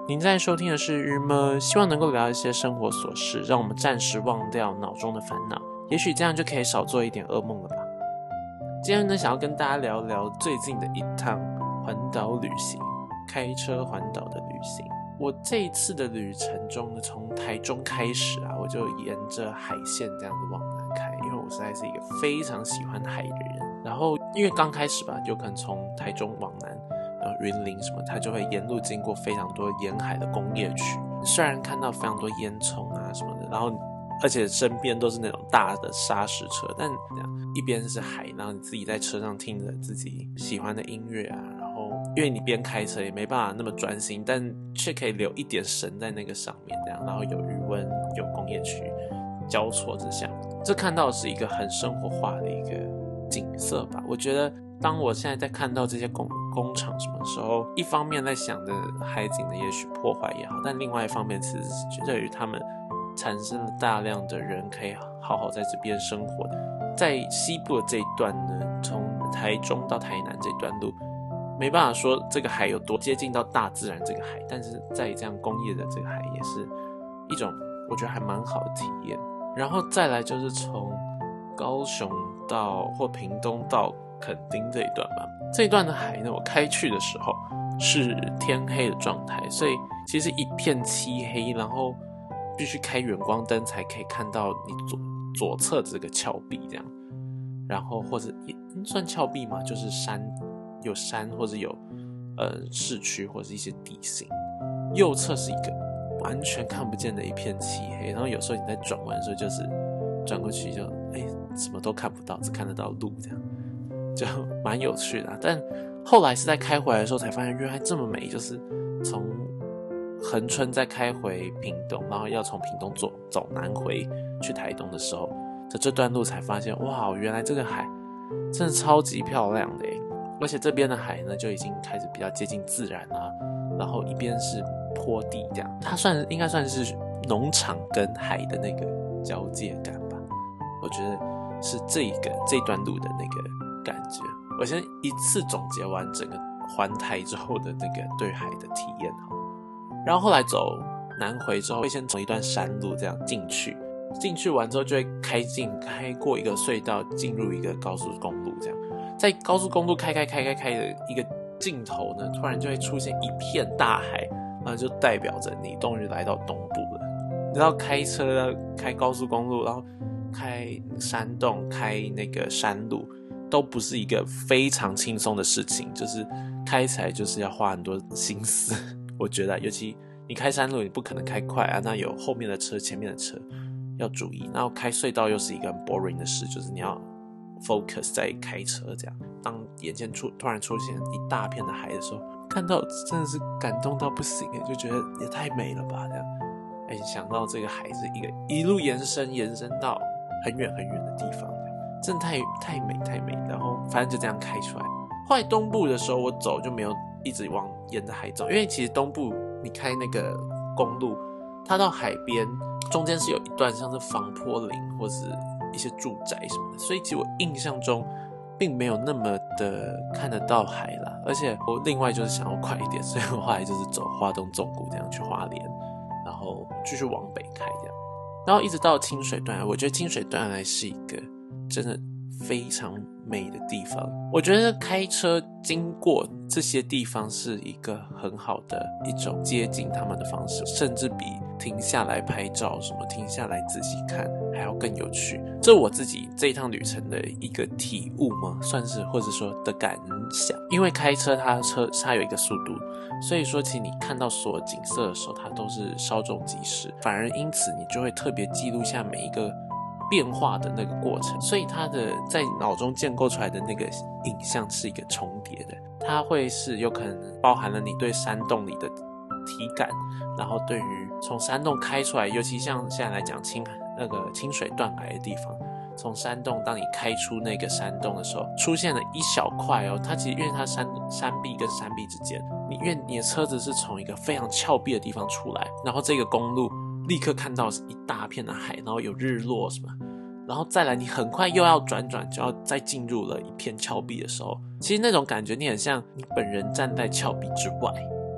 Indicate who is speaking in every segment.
Speaker 1: 您在收听的是日么，希望能够聊一些生活琐事，让我们暂时忘掉脑中的烦恼，也许这样就可以少做一点噩梦了吧。今天呢，想要跟大家聊聊最近的一趟环岛旅行，开车环岛的旅行。我这一次的旅程中呢，从台中开始啊，我就沿着海线这样子往南开，因为我实在是一个非常喜欢海的人。然后因为刚开始吧，有可能从台中往南，云林什么，它就会沿路经过非常多沿海的工业区，虽然看到非常多烟囱啊什么的，然后而且身边都是那种大的砂石车，但一边是海，然后你自己在车上听着自己喜欢的音乐啊，然后因为你边开车也没办法那么专心，但却可以留一点神在那个上面这样，然后有余温有工业区交错之下，这看到的是一个很生活化的一个景色吧。我觉得当我现在在看到这些工厂什么时候，一方面在想着海景的也许破坏也好，但另外一方面其实是对于他们产生了大量的人可以好好在这边生活。在西部的这一段呢，从台中到台南这段路，没办法说这个海有多接近到大自然这个海，但是在这样工业的这个海也是一种我觉得还蛮好的体验。然后再来就是从高雄到或屏东到垦丁这一段吧，这一段的海呢，我开去的时候是天黑的状态，所以其实一片漆黑，然后必须开远光灯才可以看到你左侧这个峭壁这样，然后或者也算峭壁嘛，就是有山或者有市区或者一些地形，右侧是一个完全看不见的一片漆黑，然后有时候你在转弯的时候就是转过去就什么都看不到，只看得到路这样，就蛮有趣的但后来是在开回来的时候才发现原来这么美，就是从恒春再开回屏东，然后要从屏东走南回去台东的时候，这段路才发现哇，原来这个海真的超级漂亮的耶。而且这边的海呢就已经开始比较接近自然啊，然后一边是坡地这样，它应该算是农场跟海的那个交界感吧，我觉得是这段路的那个感觉。我先一次总结完整个环台之后的那个对海的体验好，然后后来走南回之后会先从一段山路这样进去完之后就会开过一个隧道进入一个高速公路这样，在高速公路开的一个尽头呢，突然就会出现一片大海，然后就代表着你终于来到东部了。你知道开车开高速公路，然后开山洞开那个山路都不是一个非常轻松的事情，就是开起来就是要花很多心思我觉得尤其你开山路你不可能开快啊，那有后面的车前面的车要注意，然后开隧道又是一个很 boring 的事，就是你要 focus 在开车这样。当眼前突然出现一大片的海的时候，看到真的是感动到不行，就觉得也太美了吧这样。想到这个海是一路延伸到很远很远的地方，真的太美。然后反正就这样开出来。后来东部的时候我走就没有一直沿着海走，因为其实东部你开那个公路，它到海边中间是有一段像是防坡林或是一些住宅什么的，所以其实我印象中并没有那么的看得到海啦。而且我另外就是想要快一点，所以我后来就是走花东纵谷这样去花莲，然后继续往北开这样，然后一直到清水断崖。我觉得清水断崖是一个真的非常美的地方，我觉得开车经过这些地方是一个很好的一种接近他们的方式，甚至比停下来拍照什么停下来仔细看还要更有趣。这是我自己这一趟旅程的一个体悟吗？算是，或者说的感想。因为开车它有一个速度，所以说其实你看到所有景色的时候它都是稍纵即逝，反而因此你就会特别记录下每一个变化的那个过程，所以它的在脑中建构出来的那个影像是一个重叠的，它会是有可能包含了你对山洞里的体感，然后对于从山洞开出来，尤其像现在来讲那个清水断崖的地方，从山洞当你开出那个山洞的时候，出现了一小块它其实因为它山壁跟山壁之间，因为你的车子是从一个非常峭壁的地方出来，然后这个公路立刻看到是一大片的海，然后有日落什么，然后再来你很快又要转就要再进入了一片峭壁的时候，其实那种感觉你很像你本人站在峭壁之外，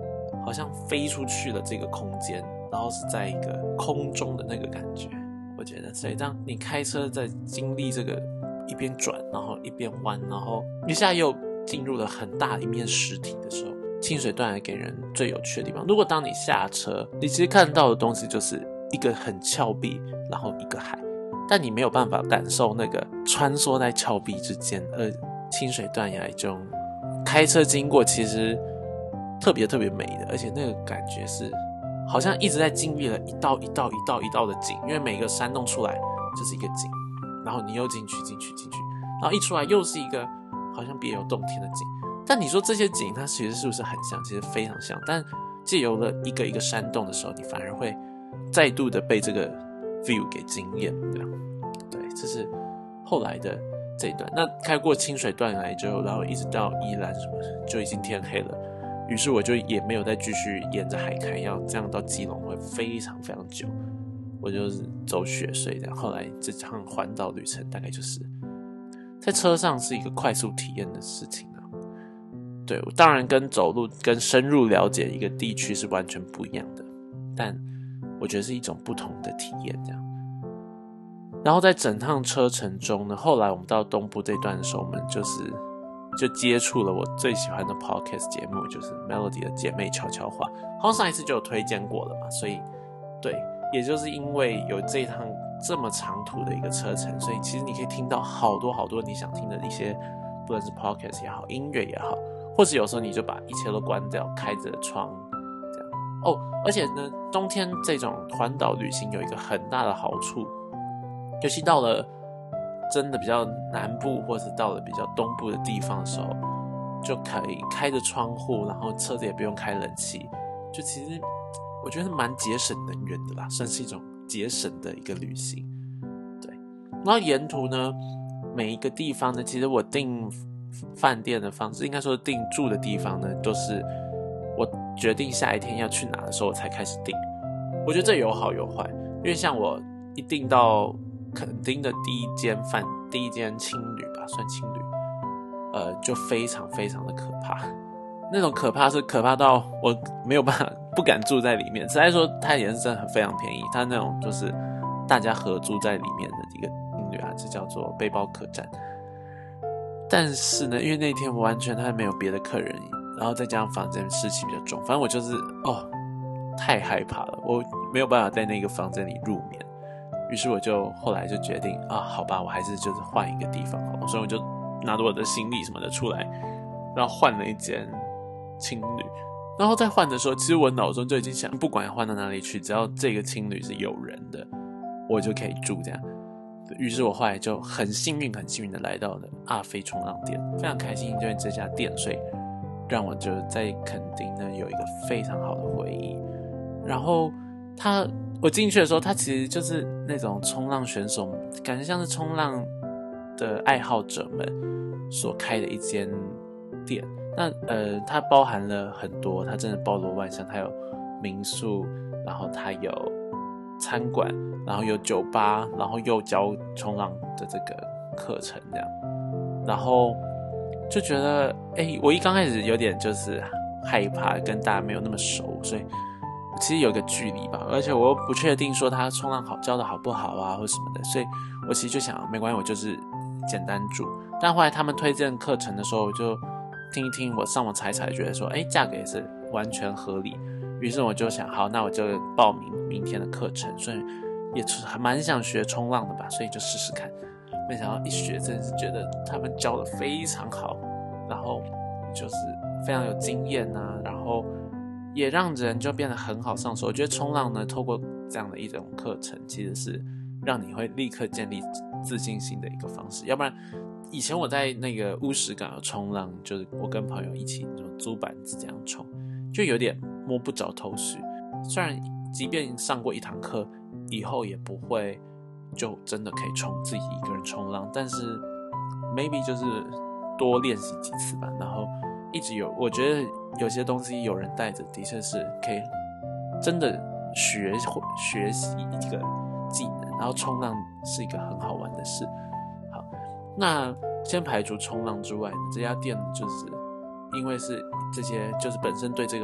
Speaker 1: 好像飞出去了这个空间，然后是在一个空中的那个感觉，我觉得。所以当你开车在经历这个一边转，然后一边弯，然后一下又进入了很大一面实体的时候，清水断崖给人最有趣的地方。如果当你下车，你其实看到的东西就是一个很峭壁，然后一个海，但你没有办法感受那个穿梭在峭壁之间，而清水断崖中开车经过其实特别美的，而且那个感觉是好像一直在经历了一道的景，因为每个山洞出来就是一个景，然后你又进去，然后一出来又是一个好像别有洞天的景。但你说这些景它其实是不是很像？其实非常像，但藉由了一个山洞的时候，你反而会再度的被这个 view 给惊艳，对，这是后来的这一段。那开过清水断崖之后，然后一直到宜兰什么就已经天黑了，于是我就也没有再继续沿着海开，要这样到基隆会非常久，我就是走雪隧这样。后来这趟环岛旅程大概就是在车上是一个快速体验的事情啊。对，当然跟走路跟深入了解一个地区是完全不一样的，但我觉得是一种不同的体验这样。然后在整趟车程中呢，后来我们到东部这段的时候，我们就接触了我最喜欢的 podcast 节目，就是 Melody 的姐妹悄悄话，好像上一次就有推荐过了嘛，所以对，也就是因为有这一趟这么长途的一个车程，所以其实你可以听到好多你想听的一些，不论是 podcast 也好，音乐也好，或是有时候你就把一切都关掉，开着窗这样。而且呢，冬天这种环岛旅行有一个很大的好处，尤其到了真的比较南部或是到了比较东部的地方的时候，就可以开着窗户，然后车子也不用开冷气，就其实我觉得蛮节省能源的啦，算是一种节省的一个旅行。对，然后沿途呢，每一个地方呢，其实我订饭店的方式，应该说订住的地方呢，都是我决定下一天要去哪的时候我才开始订。我觉得这有好有坏，因为像我一订到垦丁的第一间青旅吧，算青旅，就非常的可怕。那种可怕是可怕到我没有办法不敢住在里面。实在说，它也是真的非常便宜，它那种就是大家合租在里面的一个青旅啊，这叫做背包客栈。但是呢，因为那天我完全还没有别的客人，然后再加上房间湿气比较重，反正我就是太害怕了，我没有办法在那个房间里入眠。于是我就后来就决定好吧，我还是就是换一个地方好了，所以我就拿着我的行李什么的出来，然后换了一间青旅。然后在换的时候，其实我脑中就已经想，不管换到哪里去，只要这个青旅是有人的，我就可以住这样。于是我后来就很幸运的来到了阿飞冲浪店，非常开心，因为这家店，所以让我就在垦丁呢有一个非常好的回忆。然后我进去的时候，它其实就是那种冲浪选手，感觉像是冲浪的爱好者们所开的一间店。那它包含了很多，它真的包罗万象，它有民宿，然后它有餐馆，然后有酒吧，然后又教冲浪的这个课程这样。然后就觉得我刚开始有点就是害怕，跟大家没有那么熟，所以其实有一个距离吧，而且我又不确定说他冲浪教的好不好啊，或什么的，所以我其实就想没关系，我就是简单住。但后来他们推荐课程的时候，我就听一听，我上网查一查，觉得说价格也是完全合理。于是我就想，好，那我就报名明天的课程，所以也还蛮想学冲浪的吧，所以就试试看。没想到一学真的是觉得他们教的非常好，然后就是非常有经验啊，然后也让人就变得很好上手。我觉得冲浪呢，透过这样的一种课程，其实是让你会立刻建立自信心的一个方式。要不然以前我在那个乌石港有冲浪，就是我跟朋友一起租板子这样冲，就有点摸不着头绪。虽然即便上过一堂课，以后也不会就真的可以自己一个人冲浪，但是 maybe 就是多练习几次吧。然后一直我觉得有些东西有人带着，的确是可以真的学习一个技能，然后冲浪是一个很好玩的事。好，那先排除冲浪之外，这家店就是因为是这些就是本身对这个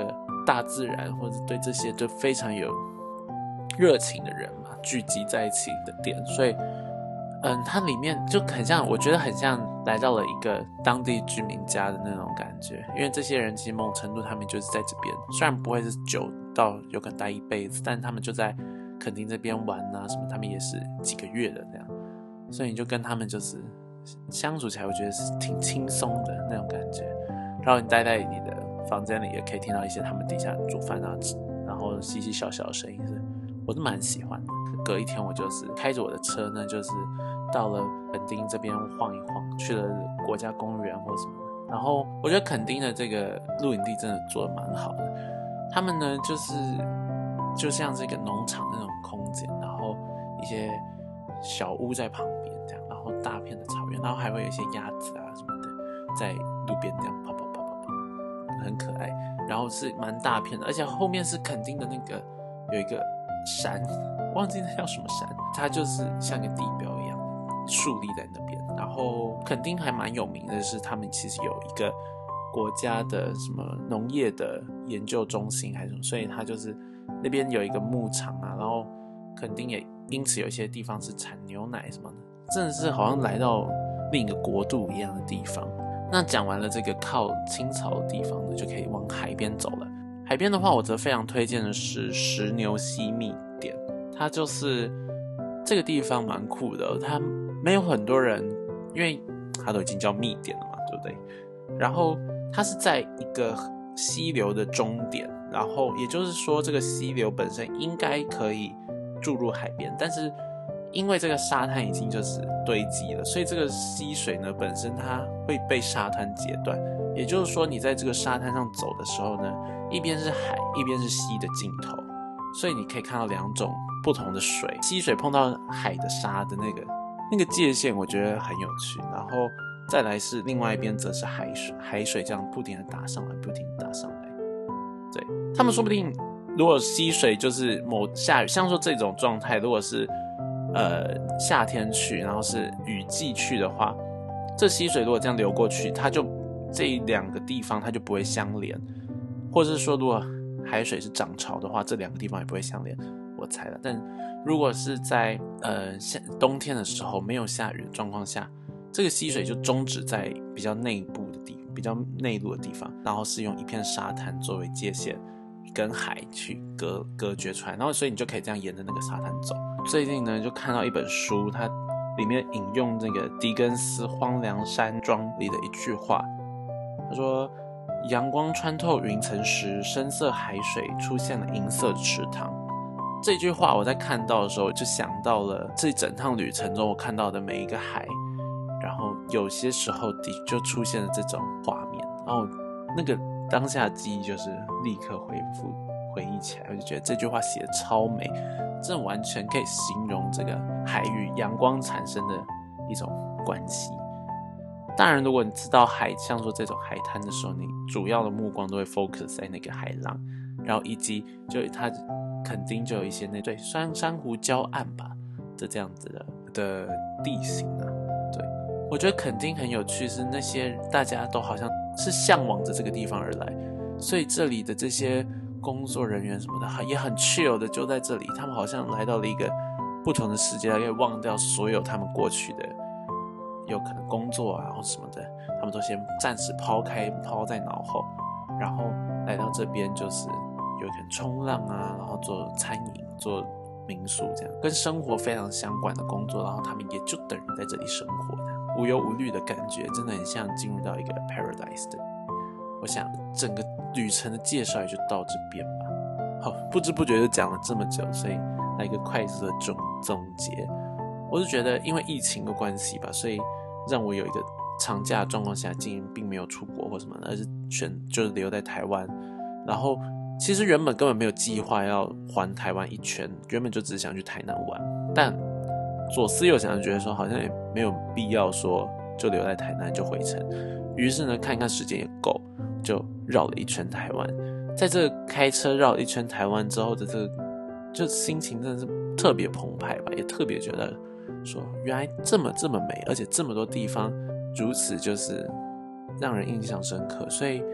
Speaker 1: 大自然或者对这些就非常有热情的人嘛聚集在一起的点，所以它里面就很像，我觉得很像来到了一个当地居民家的那种感觉，因为这些人其实某种程度他们就是在这边，虽然不会是久到有可能待一辈子，但他们就在垦丁这边玩啊什么，他们也是几个月的这样，所以你就跟他们就是相处起来，我觉得是挺轻松的那种感觉。然后你待在你的房间里，也可以听到一些他们底下煮饭啊，然后稀稀小小的声音，我是蛮喜欢的。隔一天我就是开着我的车呢，就是到了垦丁这边晃一晃，去了国家公园或什么的。然后我觉得垦丁的这个露营地真的做得蛮好的，他们呢就像是一个农场那种空间，然后一些小屋在旁边这样，然后大片的草原，然后还会有一些鸭子啊什么的在路边这样跑，很可爱。然后是蛮大片的，而且后面是垦丁的那个有一个山，忘记那叫什么山，它就是像个地标一样竖立在那边。然后垦丁还蛮有名的是，他们其实有一个国家的什么农业的研究中心还是什么，所以它就是那边有一个牧场啊，然后垦丁也因此有一些地方是产牛奶什么的，真的是好像来到另一个国度一样的地方。那讲完了这个靠青草的地方呢，就可以往海边走了。海边的话，我则非常推荐的是石牛溪蜜点，它就是这个地方蛮酷的，它没有很多人，因为它都已经叫蜜点了嘛，对不对？然后它是在一个溪流的终点，然后也就是说这个溪流本身应该可以注入海边，但是因为这个沙滩已经就是堆积了，所以这个溪水呢本身它会被沙滩截断，也就是说你在这个沙滩上走的时候呢，一边是海，一边是溪的尽头，所以你可以看到两种不同的水，溪水碰到海的沙的那个界限，我觉得很有趣。然后再来是另外一边则是海水这样不停的打上来，不停的打上来。对，他们说不定如果溪水就是下雨，像说这种状态，如果是夏天去，然后是雨季去的话，这溪水如果这样流过去，它就这两个地方它就不会相连，或者是说如果海水是涨潮的话，这两个地方也不会相连，我猜了。但如果是在冬天的时候没有下雨的状况下，这个溪水就终止在比较内部的地方，比较内陆的地方，然后是用一片沙滩作为界限跟海去隔绝出来，然后所以你就可以这样沿着那个沙滩走。最近呢就看到一本书，它里面引用这个狄更斯《荒凉山庄》里的一句话，他说阳光穿透云层时，深色海水出现了银色的池塘。这句话我在看到的时候就想到了这整趟旅程中我看到的每一个海，然后有些时候就出现了这种画面，然后那个当下的记忆就是立刻回忆起来，我就觉得这句话写得超美，这完全可以形容这个海与阳光产生的一种关系。当然如果你知道海像说这种海滩的时候，你主要的目光都会 focus 在那个海浪，然后以及就它肯定就有一些那对珊瑚礁岸吧的这样子的地形啊。对，我觉得垦丁很有趣，是那些大家都好像是向往着这个地方而来，所以这里的这些工作人员什么的也很 chill 的就在这里，他们好像来到了一个不同的世界，可以忘掉所有他们过去的有可能工作啊或什么的，他们都先暂时抛在脑后，然后来到这边就是有可能冲浪啊，然后做餐饮做民宿，这样跟生活非常相关的工作，然后他们也就等于在这里生活，无忧无虑的感觉真的很像进入到一个 paradise 的。我想整个旅程的介绍也就到这边吧。好，不知不觉就讲了这么久，所以来一个快速的总结。我是觉得因为疫情的关系吧，所以让我有一个长假的状况下竟然并没有出国或什么的，而是就是留在台湾。然后其实原本根本没有计划要环台湾一圈，原本就只想去台南玩，但左思右想觉得说好像也没有必要说就留在台南就回程，于是呢看时间也够，就绕了一圈台湾。在这个开车绕了一圈台湾之后的这个就心情真的是特别澎湃吧，也特别觉得说原来这么美，而且这么多地方如此就是让人印象深刻，所以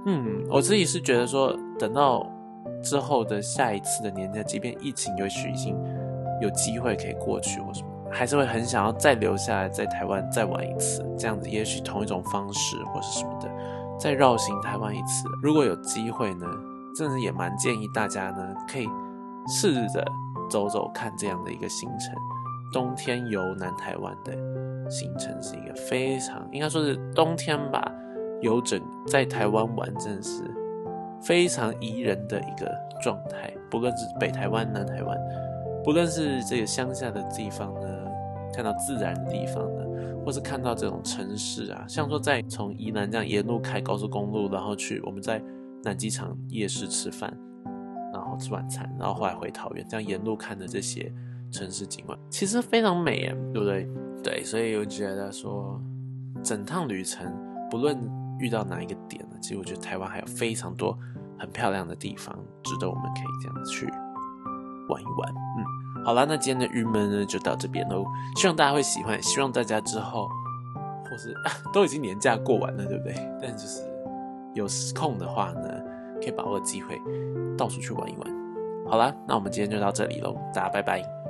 Speaker 1: 我自己是觉得说，等到之后的下一次的年假，即便疫情也许已经有机会可以过去或什么，还是会很想要再留下来，在台湾再玩一次，这样子也许同一种方式或是什么的，再绕行台湾一次。如果有机会呢，真的也蛮建议大家呢，可以试着走走看这样的一个行程。冬天游南台湾的行程是一个非常，应该说是冬天吧，游整在台湾玩真的是非常宜人的一个状态。不论是北台湾、南台湾，不论是这个乡下的地方呢，看到自然的地方呢，或是看到这种城市啊，像说在从宜兰这样沿路开高速公路，然后去我们在南机场夜市吃饭，然后吃晚餐，然后后来回桃园，这样沿路看的这些城市景观，其实非常美耶，对不对？对，所以我觉得说，整趟旅程不论遇到哪一个点呢，其实我觉得台湾还有非常多很漂亮的地方，值得我们可以这样去玩一玩。好啦，那今天的郁闷呢就到这边咯，希望大家会喜欢，希望大家之后或是都已经年假过完了，对不对？但就是有空的话呢，可以把握机会到处去玩一玩。好啦，那我们今天就到这里咯，大家拜拜。